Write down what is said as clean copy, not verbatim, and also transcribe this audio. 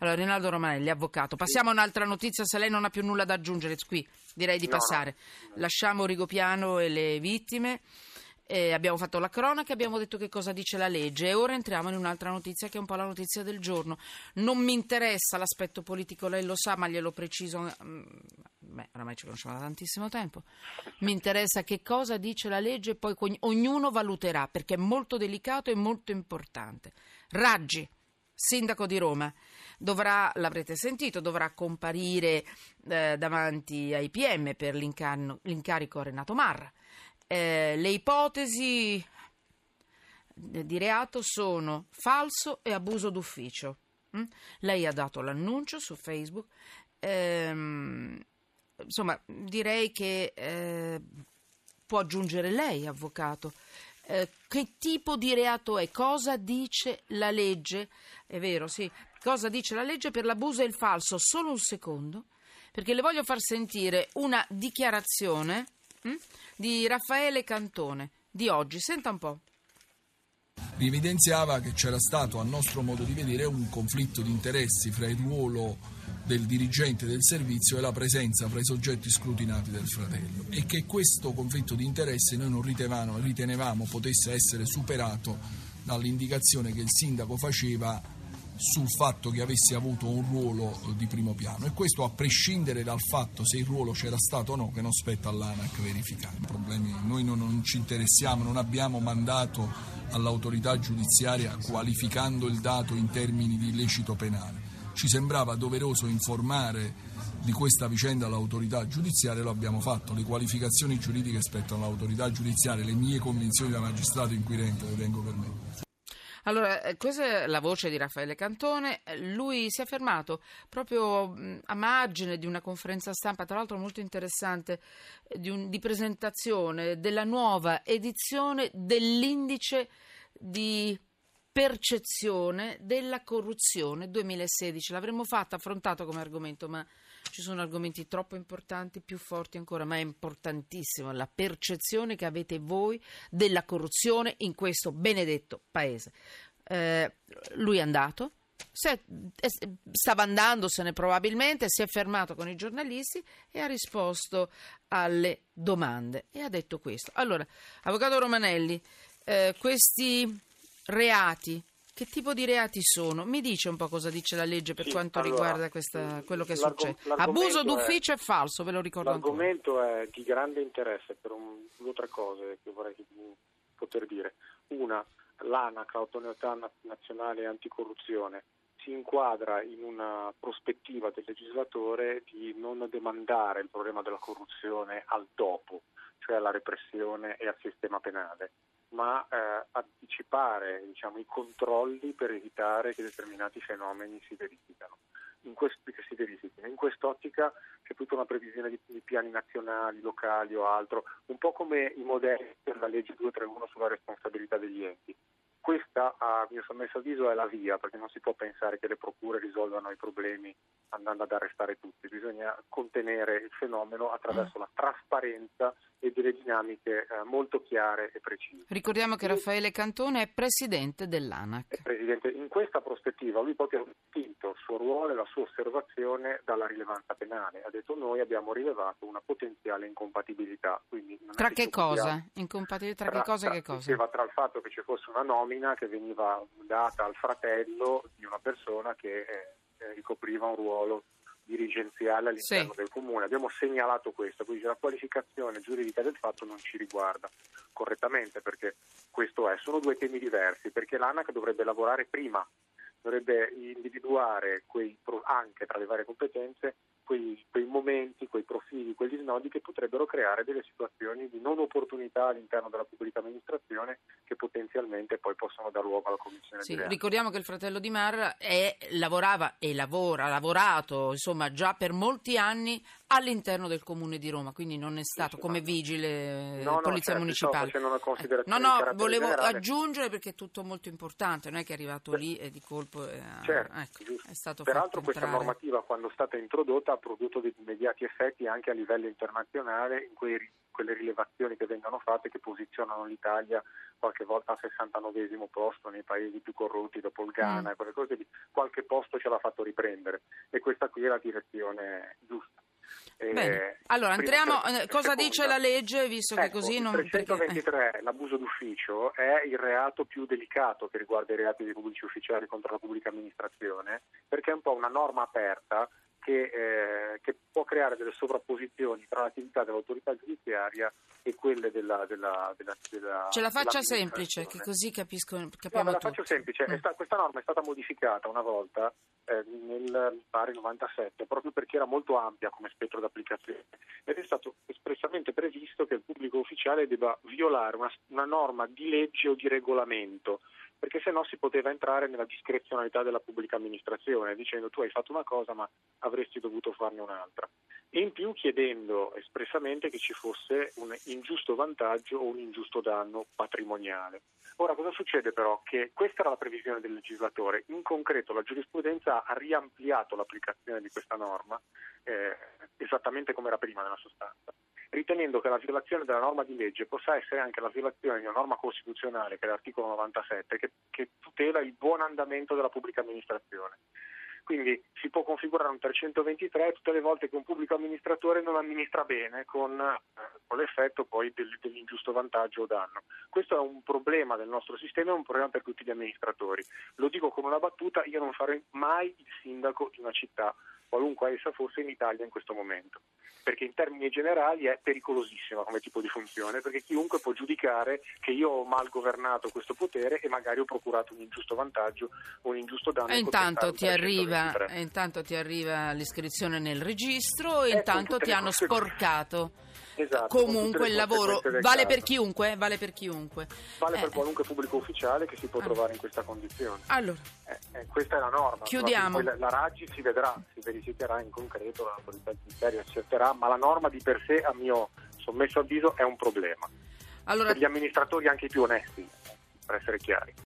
Allora, Rinaldo Romanelli, avvocato. Passiamo a un'altra notizia, se lei non ha più nulla da aggiungere, qui direi di passare. No. Lasciamo Rigopiano e le vittime. Abbiamo fatto la cronaca, abbiamo detto che cosa dice la legge e ora entriamo in un'altra notizia che è un po' la notizia del giorno. Non mi interessa l'aspetto politico, lei lo sa, ma glielo preciso. Oramai ci conosciamo da tantissimo tempo. Mi interessa che cosa dice la legge e poi ognuno valuterà, perché è molto delicato e molto importante. Raggi, sindaco di Roma, l'avrete sentito, dovrà comparire davanti ai PM per l'incarico a Renato Marra. Le ipotesi di reato sono falso e abuso d'ufficio. Lei ha dato l'annuncio su Facebook. Insomma, direi che può aggiungere lei, avvocato. Che tipo di reato è? Cosa dice la legge? È vero, sì. Cosa dice la legge per l'abuso e il falso? Solo un secondo, perché le voglio far sentire una dichiarazione di Raffaele Cantone di oggi. Senta un po'. Evidenziava che c'era stato, a nostro modo di vedere, un conflitto di interessi fra il ruolo del dirigente del servizio e la presenza fra i soggetti scrutinati del fratello, e che questo conflitto di interessi noi non ritenevamo potesse essere superato dall'indicazione che il sindaco faceva sul fatto che avesse avuto un ruolo di primo piano, e questo a prescindere dal fatto se il ruolo c'era stato o no, che non spetta all'ANAC verificare. Noi non ci interessiamo, non abbiamo mandato all'autorità giudiziaria qualificando il dato in termini di illecito penale. Ci sembrava doveroso informare di questa vicenda l'autorità giudiziaria, lo abbiamo fatto. Le qualificazioni giuridiche spettano all'autorità giudiziaria, le mie convinzioni da magistrato inquirente le tengo per me. Allora, questa è la voce di Raffaele Cantone. Lui si è fermato proprio a margine di una conferenza stampa, tra l'altro molto interessante, di presentazione della nuova edizione dell'indice di percezione della corruzione 2016. L'avremmo affrontato come argomento, ma ci sono argomenti troppo importanti, più forti ancora, ma è importantissimo la percezione che avete voi della corruzione in questo benedetto paese. Lui è andato, stava andandosene probabilmente, si è fermato con i giornalisti e ha risposto alle domande e ha detto questo. Allora, avvocato Romanelli, questi reati, che tipo di reati sono? Mi dice un po' cosa dice la legge per quanto riguarda quello che succede. Abuso d'ufficio è falso, ve lo ricordo ancora. L'argomento è di grande interesse per due o tre cose che vorrei poter dire. Una, l'ANAC, l'Autorità Nazionale Anticorruzione, si inquadra in una prospettiva del legislatore di non demandare il problema della corruzione al dopo, cioè alla repressione e al sistema penale, ma anticipare i controlli per evitare che determinati fenomeni si verificano. In quest'ottica c'è tutta una previsione di piani nazionali, locali o altro, un po' come i modelli per la legge 231 sulla responsabilità degli enti. Questa, a mio sommesso avviso, è la via, perché non si può pensare che le procure risolvano i problemi andando ad arrestare tutti. Bisogna contenere il fenomeno attraverso la trasparenza e delle dinamiche molto chiare e precise. Ricordiamo che Raffaele Cantone è presidente dell'ANAC. Presidente, in questa prospettiva lui proprio ha distinto il suo ruolo e la sua osservazione dalla rilevanza penale. Ha detto: noi abbiamo rilevato una potenziale incompatibilità. Quindi tra che cosa? Incompatibilità tra che cosa e che cosa? Tra il fatto che ci fosse una nomina che veniva data al fratello di una persona che ricopriva un ruolo dirigenziale all'interno del comune. Abbiamo segnalato questo, quindi la qualificazione giuridica del fatto non ci riguarda correttamente, perché sono due temi diversi, perché l'ANAC dovrebbe lavorare prima, dovrebbe individuare anche tra le varie competenze quei momenti, quei profili, quegli snodi che potrebbero creare delle situazioni di non opportunità all'interno della pubblica amministrazione che potenzialmente poi possono dar luogo alla commissione di reato. Ricordiamo che il fratello di Marra ha lavorato già per molti anni all'interno del Comune di Roma, quindi non è stato come vigile polizia certo, municipale. Volevo generale. aggiungere, perché è tutto molto importante, non è che è arrivato lì e di colpo Certo, è stato peraltro fatto questa entrare. normativa, quando è stata introdotta, ha prodotto degli immediati effetti anche a livello internazionale, in quelle rilevazioni che vengono fatte che posizionano l'Italia qualche volta al 69esimo posto nei paesi più corrotti dopo il Ghana e quelle cose lì. Qualche posto ce l'ha fatto riprendere, e questa qui è la direzione giusta. Bene. Allora entriamo. Cosa dice la legge, visto che così non. Il 323, l'abuso d'ufficio, è il reato più delicato che riguarda i reati dei pubblici ufficiali contro la pubblica amministrazione, perché è un po' una norma aperta che può creare delle sovrapposizioni tra l'attività dell'autorità giudiziaria e quelle della Ce la faccia semplice, che così capiamo la tutto. faccio semplice. Questa norma è stata modificata una volta nel 97, proprio perché era molto ampia come spettro d'applicazione, ed è stato espressamente previsto che il pubblico ufficiale debba violare una norma di legge o di regolamento, perché se no si poteva entrare nella discrezionalità della pubblica amministrazione, dicendo: tu hai fatto una cosa ma avresti dovuto farne un'altra, e in più chiedendo espressamente che ci fosse un ingiusto vantaggio o un ingiusto danno patrimoniale. Ora, cosa succede però? Che questa era la previsione del legislatore. In concreto la giurisprudenza ha riampliato l'applicazione di questa norma esattamente come era prima nella sostanza, ritenendo che la violazione della norma di legge possa essere anche la violazione di una norma costituzionale, che è l'articolo 97, che tutela il buon andamento della pubblica amministrazione. Quindi si può configurare un 323 tutte le volte che un pubblico amministratore non amministra bene, con l'effetto poi dell'ingiusto vantaggio o danno. Questo è un problema del nostro sistema, è un problema per tutti gli amministratori. Lo dico con una battuta: io non farei mai il sindaco di una città, qualunque essa fosse in Italia in questo momento, perché in termini generali è pericolosissima come tipo di funzione, perché chiunque può giudicare che io ho mal governato questo potere e magari ho procurato un ingiusto vantaggio o un ingiusto danno. E intanto ti arriva l'iscrizione nel registro e intanto ti hanno sporcato. Esatto, comunque il lavoro vale per chiunque? Vale per qualunque pubblico ufficiale che si può trovare in questa condizione. Allora, questa è la norma. chiudiamo. Poi la Raggi si verificherà in concreto, l'autorità giudiziaria accetterà, ma la norma di per sé, a mio sommesso avviso, è un problema. Per gli amministratori anche i più onesti, per essere chiari.